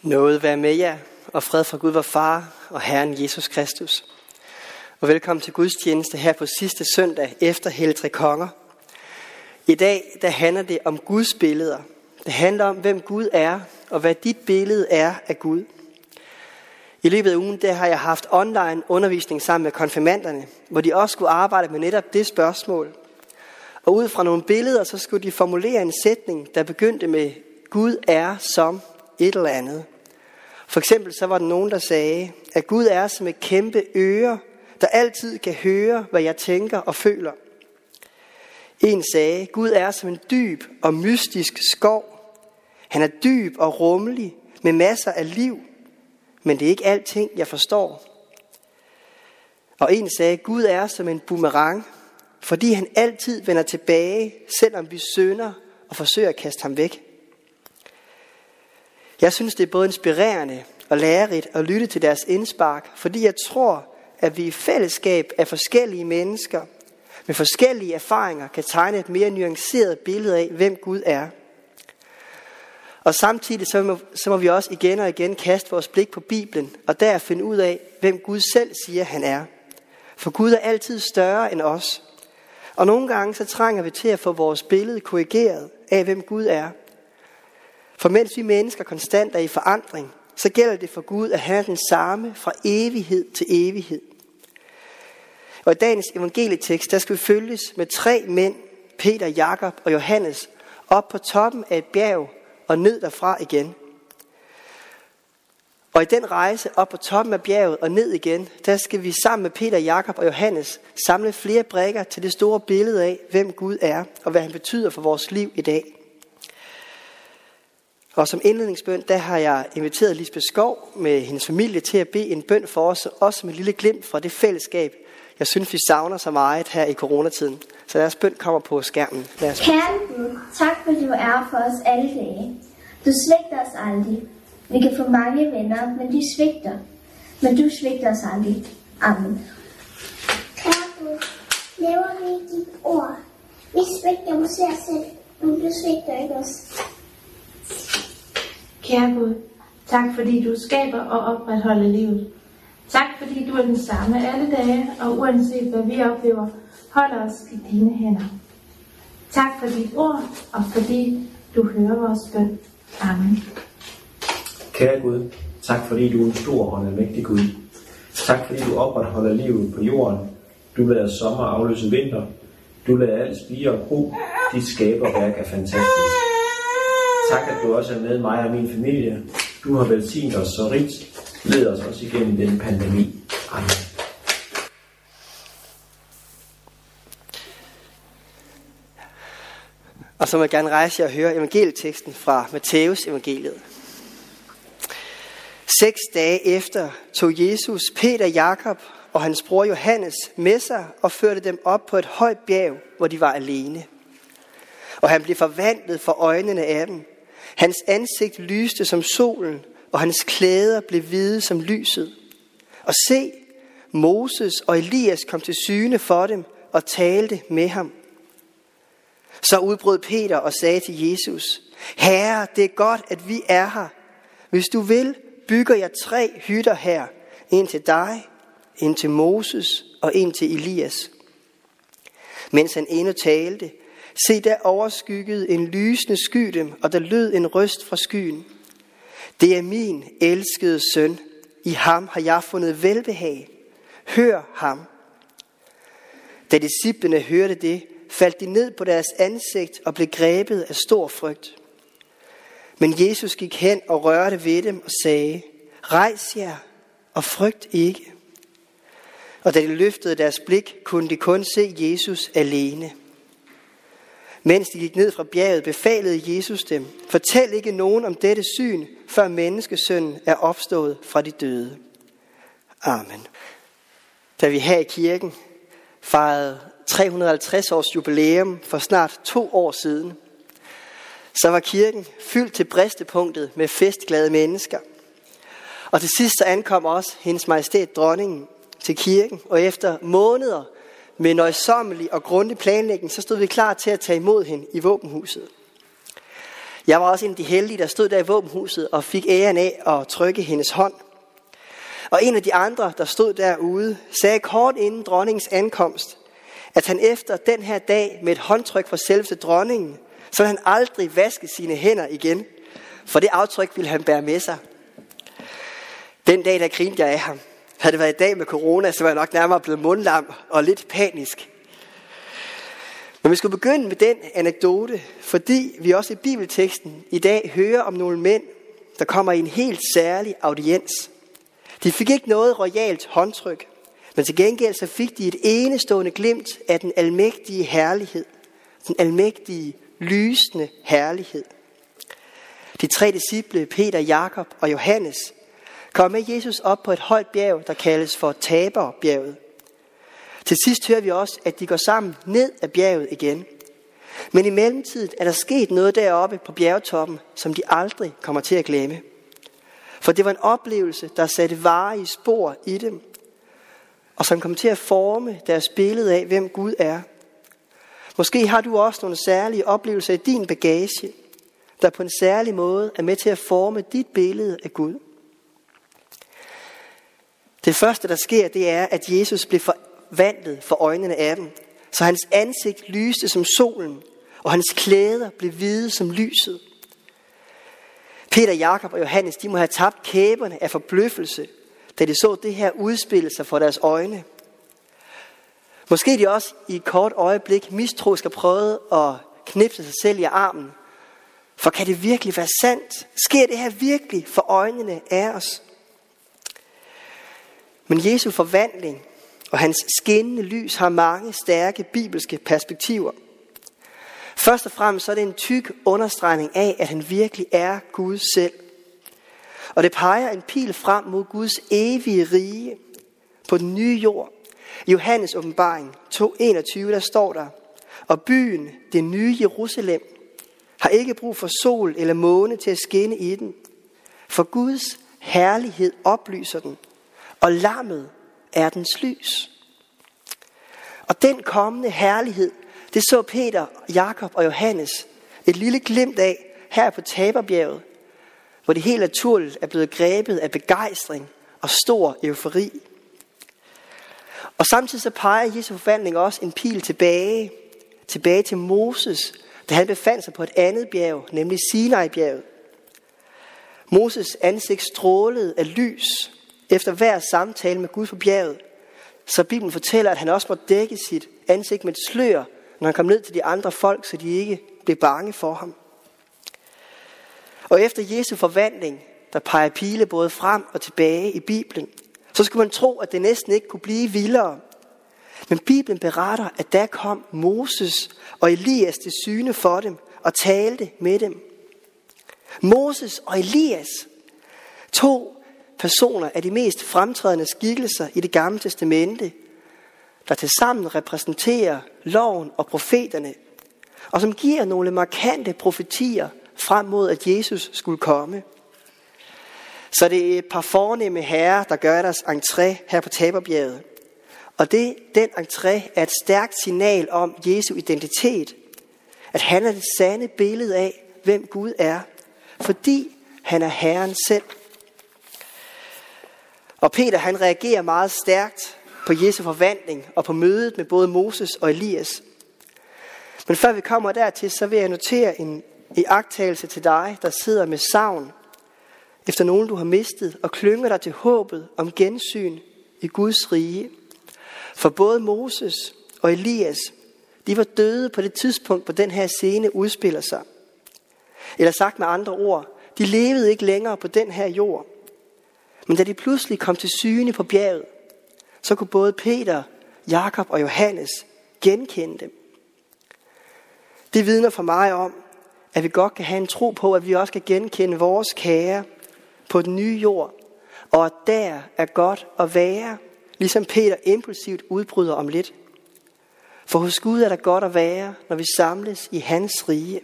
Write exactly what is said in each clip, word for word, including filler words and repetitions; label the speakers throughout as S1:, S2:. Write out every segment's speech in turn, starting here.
S1: Noget være med jer, og fred fra Gud vor Far og Herren Jesus Kristus. Og velkommen til gudstjeneste her på sidste søndag efter Hellig Tre Konger. I dag der handler det om Guds billeder. Det handler om, hvem Gud er, og hvad dit billede er af Gud. I løbet af ugen der har jeg haft online undervisning sammen med konfirmanderne, hvor de også skulle arbejde med netop det spørgsmål. Og ud fra nogle billeder, så skulle de formulere en sætning, der begyndte med, Gud er som et eller andet. For eksempel så var der nogen, der sagde, at Gud er som et kæmpe øre, der altid kan høre, hvad jeg tænker og føler. En sagde, Gud er som en dyb og mystisk skov. Han er dyb og rummelig med masser af liv, men det er ikke alting, jeg forstår. Og en sagde, Gud er som en boomerang, fordi han altid vender tilbage, selvom vi synder og forsøger at kaste ham væk. Jeg synes, det er både inspirerende og lærerigt at lytte til deres indspark, fordi jeg tror, at vi i fællesskab af forskellige mennesker med forskellige erfaringer kan tegne et mere nuanceret billede af, hvem Gud er. Og samtidig så må, så må vi også igen og igen kaste vores blik på Bibelen og der finde ud af, hvem Gud selv siger, han er. For Gud er altid større end os. Og nogle gange så trænger vi til at få vores billede korrigeret af, hvem Gud er. For mens vi mennesker konstant er i forandring, så gælder det for Gud, at han er den samme fra evighed til evighed. Og i dagens evangelietekst, der skal vi følges med tre mænd, Peter, Jakob og Johannes, op på toppen af et bjerg og ned derfra igen. Og i den rejse op på toppen af bjerget og ned igen, der skal vi sammen med Peter, Jakob og Johannes samle flere brikker til det store billede af, hvem Gud er og hvad han betyder for vores liv i dag. Og som indledningsbøn, der har jeg inviteret Lisbeth Skov med hendes familie til at bede en bøn for os, også med et lille glimt fra det fællesskab, jeg synes, vi savner så meget her i coronatiden. Så deres bøn kommer på skærmen.
S2: Kære Gud, tak fordi du er for os alle dage. Du svigter os aldrig. Vi kan få mange venner, men de svigter. Men du svigter os aldrig. Amen.
S3: Kære Gud, lever vi i dit ord. Vi svigter måske os selv, men du svigter ikke os.
S4: Kære Gud, tak fordi du skaber og opretholder livet. Tak fordi du er den samme alle dage, og uanset hvad vi oplever, holder os i dine hænder. Tak for dit ord, og fordi du hører vores bøn. Amen.
S5: Kære Gud, tak fordi du er en stor og en mægtig Gud. Tak fordi du opretholder livet på jorden. Du lader sommer afløse vinter. Du lader alt spire og gro. Dit skaberværk er fantastisk. Tak, at du også er med mig og min familie. Du har velsignet os så rigt. Led os også igennem denne pandemi. Amen.
S1: Og så må jeg gerne rejse jer og høre evangelieteksten fra Matthæus evangeliet. Seks dage efter tog Jesus Peter, Jakob og hans bror Johannes med sig og førte dem op på et højt bjerg, hvor de var alene. Og han blev forvandlet for øjnene af dem. Hans ansigt lyste som solen, og hans klæder blev hvide som lyset. Og se, Moses og Elias kom til syne for dem og talte med ham. Så udbrød Peter og sagde til Jesus, Herre, det er godt, at vi er her. Hvis du vil, bygger jeg tre hytter her. En til dig, en til Moses og en til Elias. Mens han endnu talte, se, der overskyggede en lysende sky dem, og der lød en røst fra skyen. Det er min elskede søn. I ham har jeg fundet velbehag. Hør ham. Da disciplene hørte det, faldt de ned på deres ansigt og blev grebet af stor frygt. Men Jesus gik hen og rørte ved dem og sagde, rejs jer og frygt ikke. Og da de løftede deres blik, kunne de kun se Jesus alene. Mens de gik ned fra bjerget, befalede Jesus dem, fortæl ikke nogen om dette syn, før menneskesønnen er opstået fra de døde. Amen. Da vi her i kirken fejrede tre hundrede og halvtreds års jubilæum for snart to år siden, så var kirken fyldt til bristepunktet med festglade mennesker. Og til sidst så ankom også hendes majestæt dronningen til kirken, og efter måneder med nøjsommelig og grundig planlægning, så stod vi klar til at tage imod hende i våbenhuset. Jeg var også en af de heldige, der stod der i våbenhuset og fik æren af at trykke hendes hånd. Og en af de andre, der stod derude, sagde kort inden dronningens ankomst, at han efter den her dag med et håndtryk fra selveste dronningen, så han aldrig vaske sine hænder igen, for det aftryk ville han bære med sig. Den dag, der grinte jeg af ham. Havde det været i dag med corona, så var jeg nok nærmere blevet mundlam og lidt panisk. Men vi skulle begynde med den anekdote, fordi vi også i bibelteksten i dag hører om nogle mænd, der kommer i en helt særlig audiens. De fik ikke noget royalt håndtryk, men til gengæld så fik de et enestående glimt af den almægtige herlighed. Den almægtige, lysende herlighed. De tre disciple, Peter, Jakob og Johannes, kom med Jesus op på et højt bjerg, der kaldes for Taberbjerget. Til sidst hører vi også, at de går sammen ned ad bjerget igen. Men i mellemtiden er der sket noget deroppe på bjergtoppen, som de aldrig kommer til at glemme. For det var en oplevelse, der satte varige spor i dem, og som kom til at forme deres billede af, hvem Gud er. Måske har du også nogle særlige oplevelser i din bagage, der på en særlig måde er med til at forme dit billede af Gud. Det første, der sker, det er, at Jesus blev forvandlet for øjnene af dem, så hans ansigt lyste som solen, og hans klæder blev hvide som lyset. Peter, Jakob og Johannes, de må have tabt kæberne af forbløffelse, da de så det her udspille sig for deres øjne. Måske de også i et kort øjeblik mistroisk har prøvet at knipse sig selv i armen. For kan det virkelig være sandt? Sker det her virkelig for øjnene af os? Men Jesu forvandling og hans skinnende lys har mange stærke bibelske perspektiver. Først og fremmest så er det en tyk understregning af, at han virkelig er Gud selv. Og det peger en pil frem mod Guds evige rige på den nye jord. I Johannes åbenbaring to enogtyve, der står der: og byen, det nye Jerusalem, har ikke brug for sol eller måne til at skinne i den. For Guds herlighed oplyser den, og lammet er dens lys. Og den kommende herlighed, det så Peter, Jakob og Johannes et lille glimt af her på Taberbjerget, hvor det helt naturligt er blevet grebet af begejstring og stor eufori. Og samtidig så peger Jesu forvandling også en pil tilbage, tilbage til Moses, da han befandt sig på et andet bjerg, nemlig Sinai-bjerget. Moses ansigt strålede af lys efter hver samtale med Gud på bjerget, så Bibelen fortæller, at han også måtte dække sit ansigt med et slør, når han kom ned til de andre folk, så de ikke blev bange for ham. Og efter Jesu forvandling, der peger pile både frem og tilbage i Bibelen, så skulle man tro, at det næsten ikke kunne blive vildere. Men Bibelen beretter, at der kom Moses og Elias til syne for dem og talte med dem. Moses og Elias, to personer af de mest fremtrædende skikkelser i det gamle testamente, der tilsammen repræsenterer loven og profeterne, og som giver nogle markante profetier frem mod, at Jesus skulle komme. Så det er et par fornemme herrer, der gør deres entré her på Taberbjerget. Og det, den entré er et stærkt signal om Jesu identitet. At han er det sande billede af, hvem Gud er. Fordi han er Herren selv. Og Peter han reagerer meget stærkt på Jesu forvandling og på mødet med både Moses og Elias. Men før vi kommer dertil, så vil jeg notere en iagttagelse til dig, der sidder med savn efter nogen du har mistet, og klynger dig til håbet om gensyn i Guds rige. For både Moses og Elias, de var døde på det tidspunkt, hvor den her scene udspiller sig. Eller sagt med andre ord, de levede ikke længere på den her jord. Men da de pludselig kom til syne på bjerget, så kunne både Peter, Jakob og Johannes genkende dem. Det vidner for mig om, at vi godt kan have en tro på, at vi også kan genkende vores kære på den nye jord, og at der er godt at være, ligesom Peter impulsivt udbryder om lidt. For hos Gud er der godt at være, når vi samles i hans rige.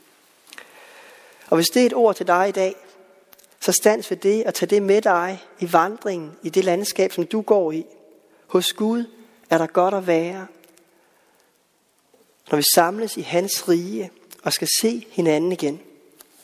S1: Og hvis det er et ord til dig i dag, så stands ved det og tag det med dig i vandringen i det landskab, som du går i. Hos Gud er der godt at være, når vi samles i hans rige og skal se hinanden igen.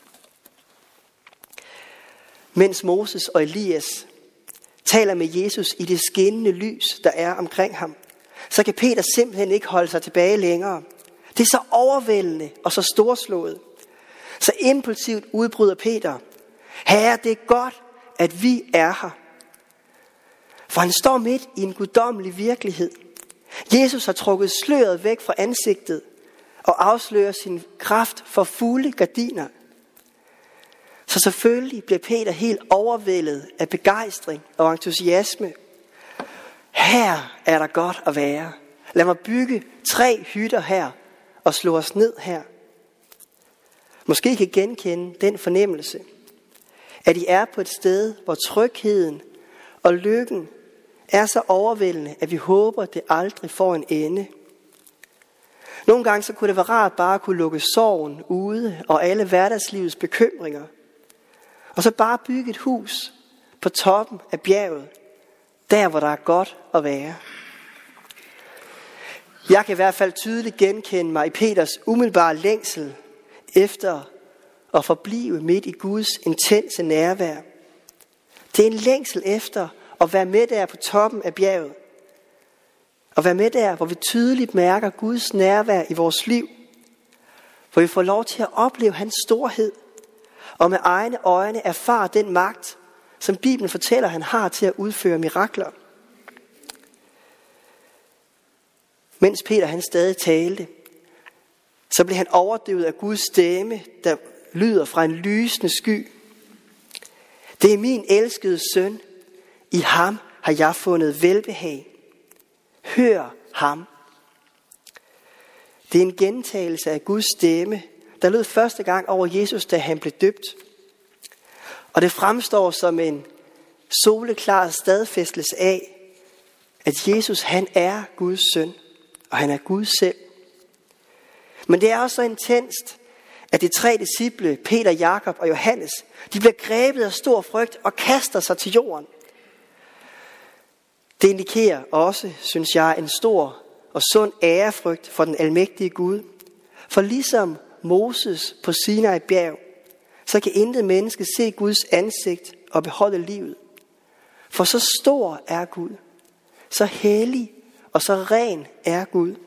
S1: Mens Moses og Elias taler med Jesus i det skinnende lys, der er omkring ham, så kan Peter simpelthen ikke holde sig tilbage længere. Det er så overvældende og så storslået. Så impulsivt udbryder Peter: Herre, det er godt, at vi er her. For han står midt i en guddommelig virkelighed. Jesus har trukket sløret væk fra ansigtet og afslører sin kraft for fulde gardiner. Så selvfølgelig bliver Peter helt overvældet af begejstring og entusiasme. Her er der godt at være. Lad mig bygge tre hytter her og slå os ned her. Måske kan genkende den fornemmelse, at I er på et sted, hvor trygheden og lykken er så overvældende, at vi håber, at det aldrig får en ende. Nogle gange så kunne det være rart bare at kunne lukke sorgen ude og alle hverdagslivets bekymringer. Og så bare bygge et hus på toppen af bjerget, der hvor der er godt at være. Jeg kan i hvert fald tydeligt genkende mig i Peters umiddelbare længsel efter at forblive midt i Guds intense nærvær. Det er en længsel efter at være med der på toppen af bjerget. Og være med der, hvor vi tydeligt mærker Guds nærvær i vores liv. Hvor vi får lov til at opleve hans storhed. Og med egne øjne erfare den magt, som Bibelen fortæller, han har til at udføre mirakler. Mens Peter han stadig talte, så blev han overdøvet af Guds stemme, der lyder fra en lysende sky. Det er min elskede søn. I ham har jeg fundet velbehag. Hør ham. Det er en gentagelse af Guds stemme, der lød første gang over Jesus, da han blev døbt. Og det fremstår som en soleklar stadfæstelse af, at Jesus han er Guds søn, og han er Gud selv. Men det er også så intenst, at de tre disciple, Peter, Jakob og Johannes, de bliver grebet af stor frygt og kaster sig til jorden. Det indikerer også, synes jeg, en stor og sund ærefrygt for den almægtige Gud. For ligesom Moses på Sinai bjerg, så kan intet menneske se Guds ansigt og beholde livet. For så stor er Gud, så hellig og så ren er Gud.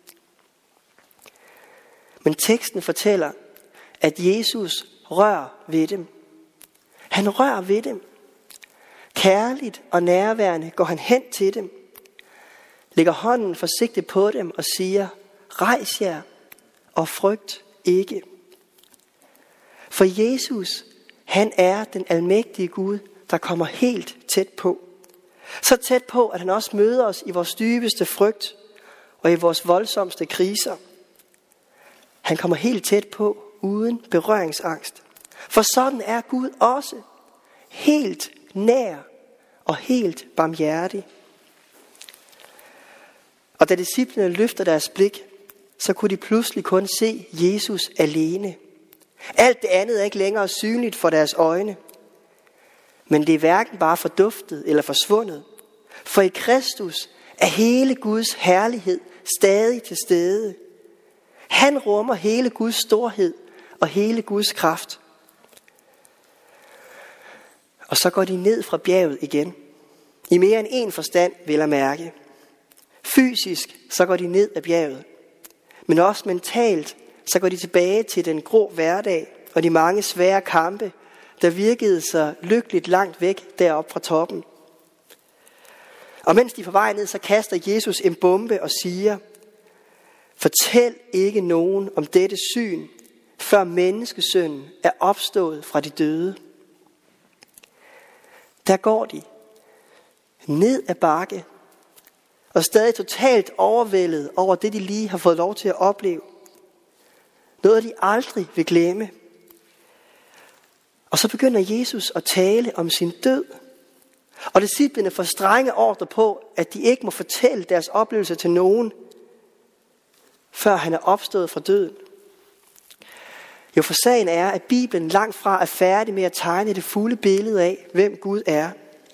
S1: Men teksten fortæller, at Jesus rører ved dem. Han rører ved dem. Kærligt og nærværende går han hen til dem, lægger hånden forsigtigt på dem og siger: rejs jer og frygt ikke. For Jesus, han er den almægtige Gud, der kommer helt tæt på. Så tæt på, at han også møder os i vores dybeste frygt og i vores voldsomste kriser. Han kommer helt tæt på uden berøringsangst. For sådan er Gud også, helt nær og helt barmhjertig. Og da disciplene løfter deres blik, så kunne de pludselig kun se Jesus alene. Alt det andet er ikke længere synligt for deres øjne. Men det er hverken bare forduftet eller forsvundet. For i Kristus er hele Guds herlighed stadig til stede. Han rummer hele Guds storhed og hele Guds kraft. Og så går de ned fra bjerget igen. I mere end en forstand, vil jeg mærke. Fysisk, så går de ned af bjerget. Men også mentalt, så går de tilbage til den grå hverdag og de mange svære kampe, der virkede så lykkeligt langt væk deroppe fra toppen. Og mens de er på vej ned, så kaster Jesus en bombe og siger: fortæl ikke nogen om dette syn, før menneskesønnen er opstået fra de døde. Der går de ned ad bakke og stadig totalt overvældet over det, de lige har fået lov til at opleve. Noget, de aldrig vil glemme. Og så begynder Jesus at tale om sin død. Og disciplene får strenge ordre på, at de ikke må fortælle deres oplevelse til nogen, før han er opstået fra døden. Jo, for sagen er, at Bibelen langt fra er færdig med at tegne det fulde billede af, hvem Gud er.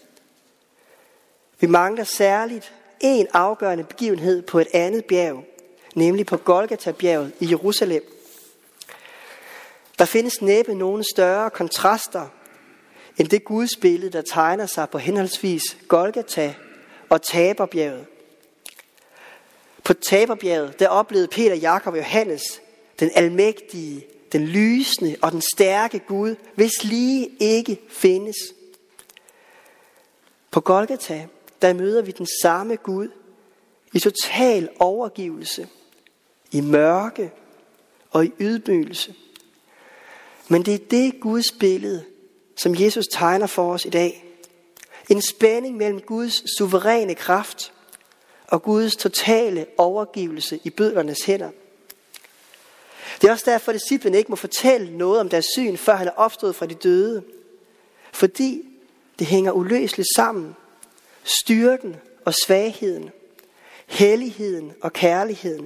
S1: Vi mangler særligt en afgørende begivenhed på et andet bjerg, nemlig på Golgata-bjerget i Jerusalem. Der findes næppe nogen større kontraster end det Guds billede, der tegner sig på henholdsvis Golgata og Taberbjerget. På Taberbjerget, der oplevede Peter, Jakob og Johannes den almægtige, den lysende og den stærke Gud, hvis lige ikke findes. På Golgata, der møder vi den samme Gud i total overgivelse, i mørke og i ydmygelse. Men det er det Guds billede, som Jesus tegner for os i dag. En spænding mellem Guds suveræne kraft og Guds totale overgivelse i bødlernes hænder. Det er også derfor, at disciplene ikke må fortælle noget om deres syn, før han er opstået fra de døde. Fordi det hænger uløseligt sammen. Styrken og svagheden. Helligheden og kærligheden.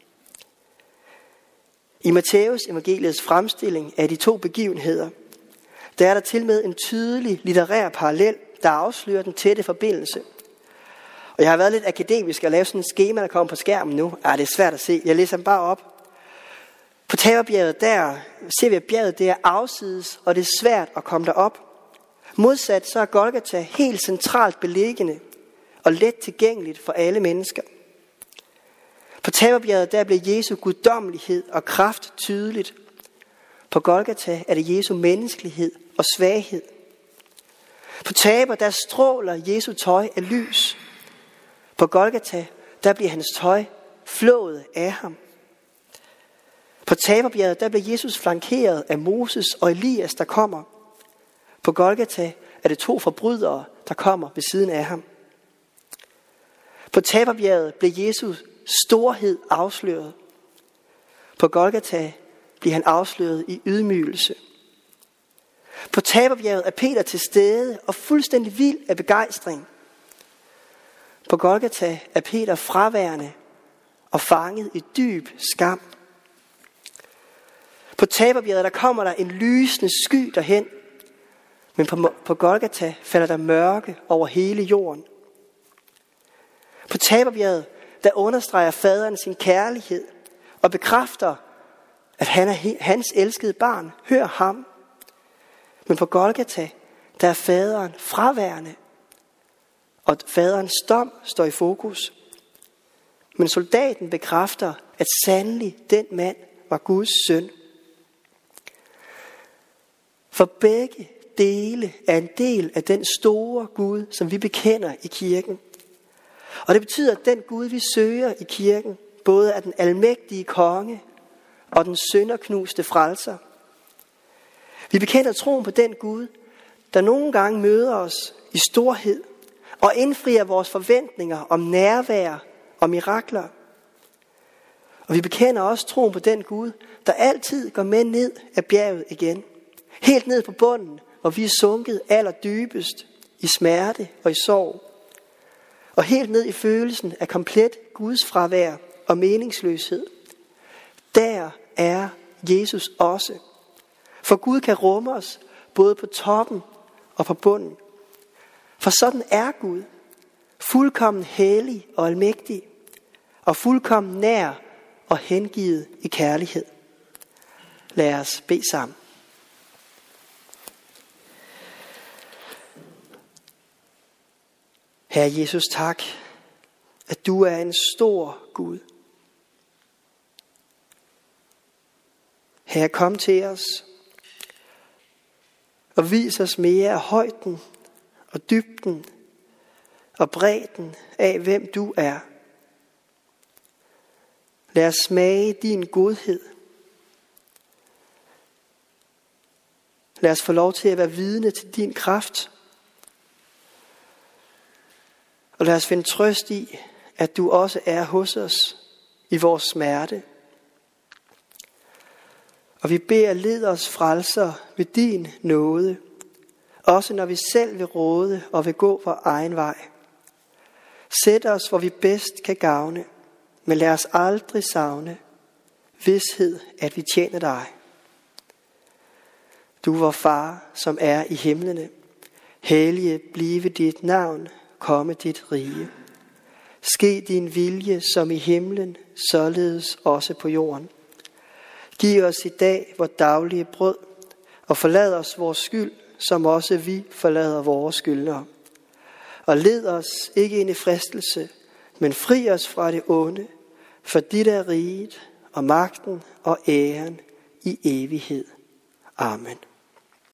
S1: I Matthæus evangeliets fremstilling af de to begivenheder, der er der til med en tydelig litterær parallel, der afslører den tætte forbindelse. Og jeg har været lidt akademisk og lavet sådan et skema, der kommer på skærmen nu. Ah, det er svært at se. Jeg læser dem bare op. På Taberbjerget der ser vi, at bjerget det er afsides, og det er svært at komme derop. Modsat så er Golgata helt centralt beliggende og let tilgængeligt for alle mennesker. På Taberbjerget der bliver Jesu guddommelighed og kraft tydeligt. På Golgata er det Jesu menneskelighed og svaghed. På Taber der stråler Jesu tøj af lys. På Golgata der bliver hans tøj flået af ham. På Taberbjerget der bliver Jesus flankeret af Moses og Elias, der kommer. På Golgata er det to forbrydere, der kommer ved siden af ham. På Taberbjerget blev Jesus storhed afsløret. På Golgata bliver han afsløret i ydmygelse. På Taberbjerget er Peter til stede og fuldstændig vild af begejstring. På Golgata er Peter fraværende og fanget i dyb skam. På Taberbjerget der kommer der en lysende sky derhen, men på, på Golgata falder der mørke over hele jorden. På Taberbjerget der understreger faderen sin kærlighed og bekræfter, at han er hans elskede barn. Hør ham. Men på Golgata der er faderen fraværende, og faderens dom står i fokus. Men soldaten bekræfter, at sandelig den mand var Guds søn. For begge dele er en del af den store Gud, som vi bekender i kirken. Og det betyder, at den Gud, vi søger i kirken, både er den almægtige konge og den synderknuste frelser. Vi bekender troen på den Gud, der nogle gange møder os i storhed og indfrier vores forventninger om nærvær og mirakler. Og vi bekender også troen på den Gud, der altid går med ned af bjerget igen. Helt ned på bunden, hvor vi er sunket allerdybest i smerte og i sorg. Og helt ned i følelsen af komplet Guds fravær og meningsløshed. Der er Jesus også. For Gud kan rumme os både på toppen og på bunden. For sådan er Gud. Fuldkommen hellig og almægtig. Og fuldkommen nær og hengivet i kærlighed. Lad os bede sammen. Herre Jesus, tak, at du er en stor Gud. Herre, kom til os og vis os mere af højden og dybden og bredden af, hvem du er. Lad os smage din godhed. Lad os få lov til at være vidne til din kraft. Og lad os finde trøst i, at du også er hos os i vores smerte. Og vi beder, led os frelser ved din nåde, også når vi selv vil råde og vil gå vor egen vej. Sæt os, hvor vi bedst kan gavne, men lad os aldrig savne vished, at vi tjener dig. Du vor far, som er i himlene, hellige blive dit navn, komme dit rige. Ske din vilje som i himlen, således også på jorden. Giv os i dag vores daglige brød, og forlad os vores skyld, som også vi forlader vores skyldnere. Og led os ikke ind i fristelse, men fri os fra det onde, for dit er riget og magten og æren i evighed. Amen.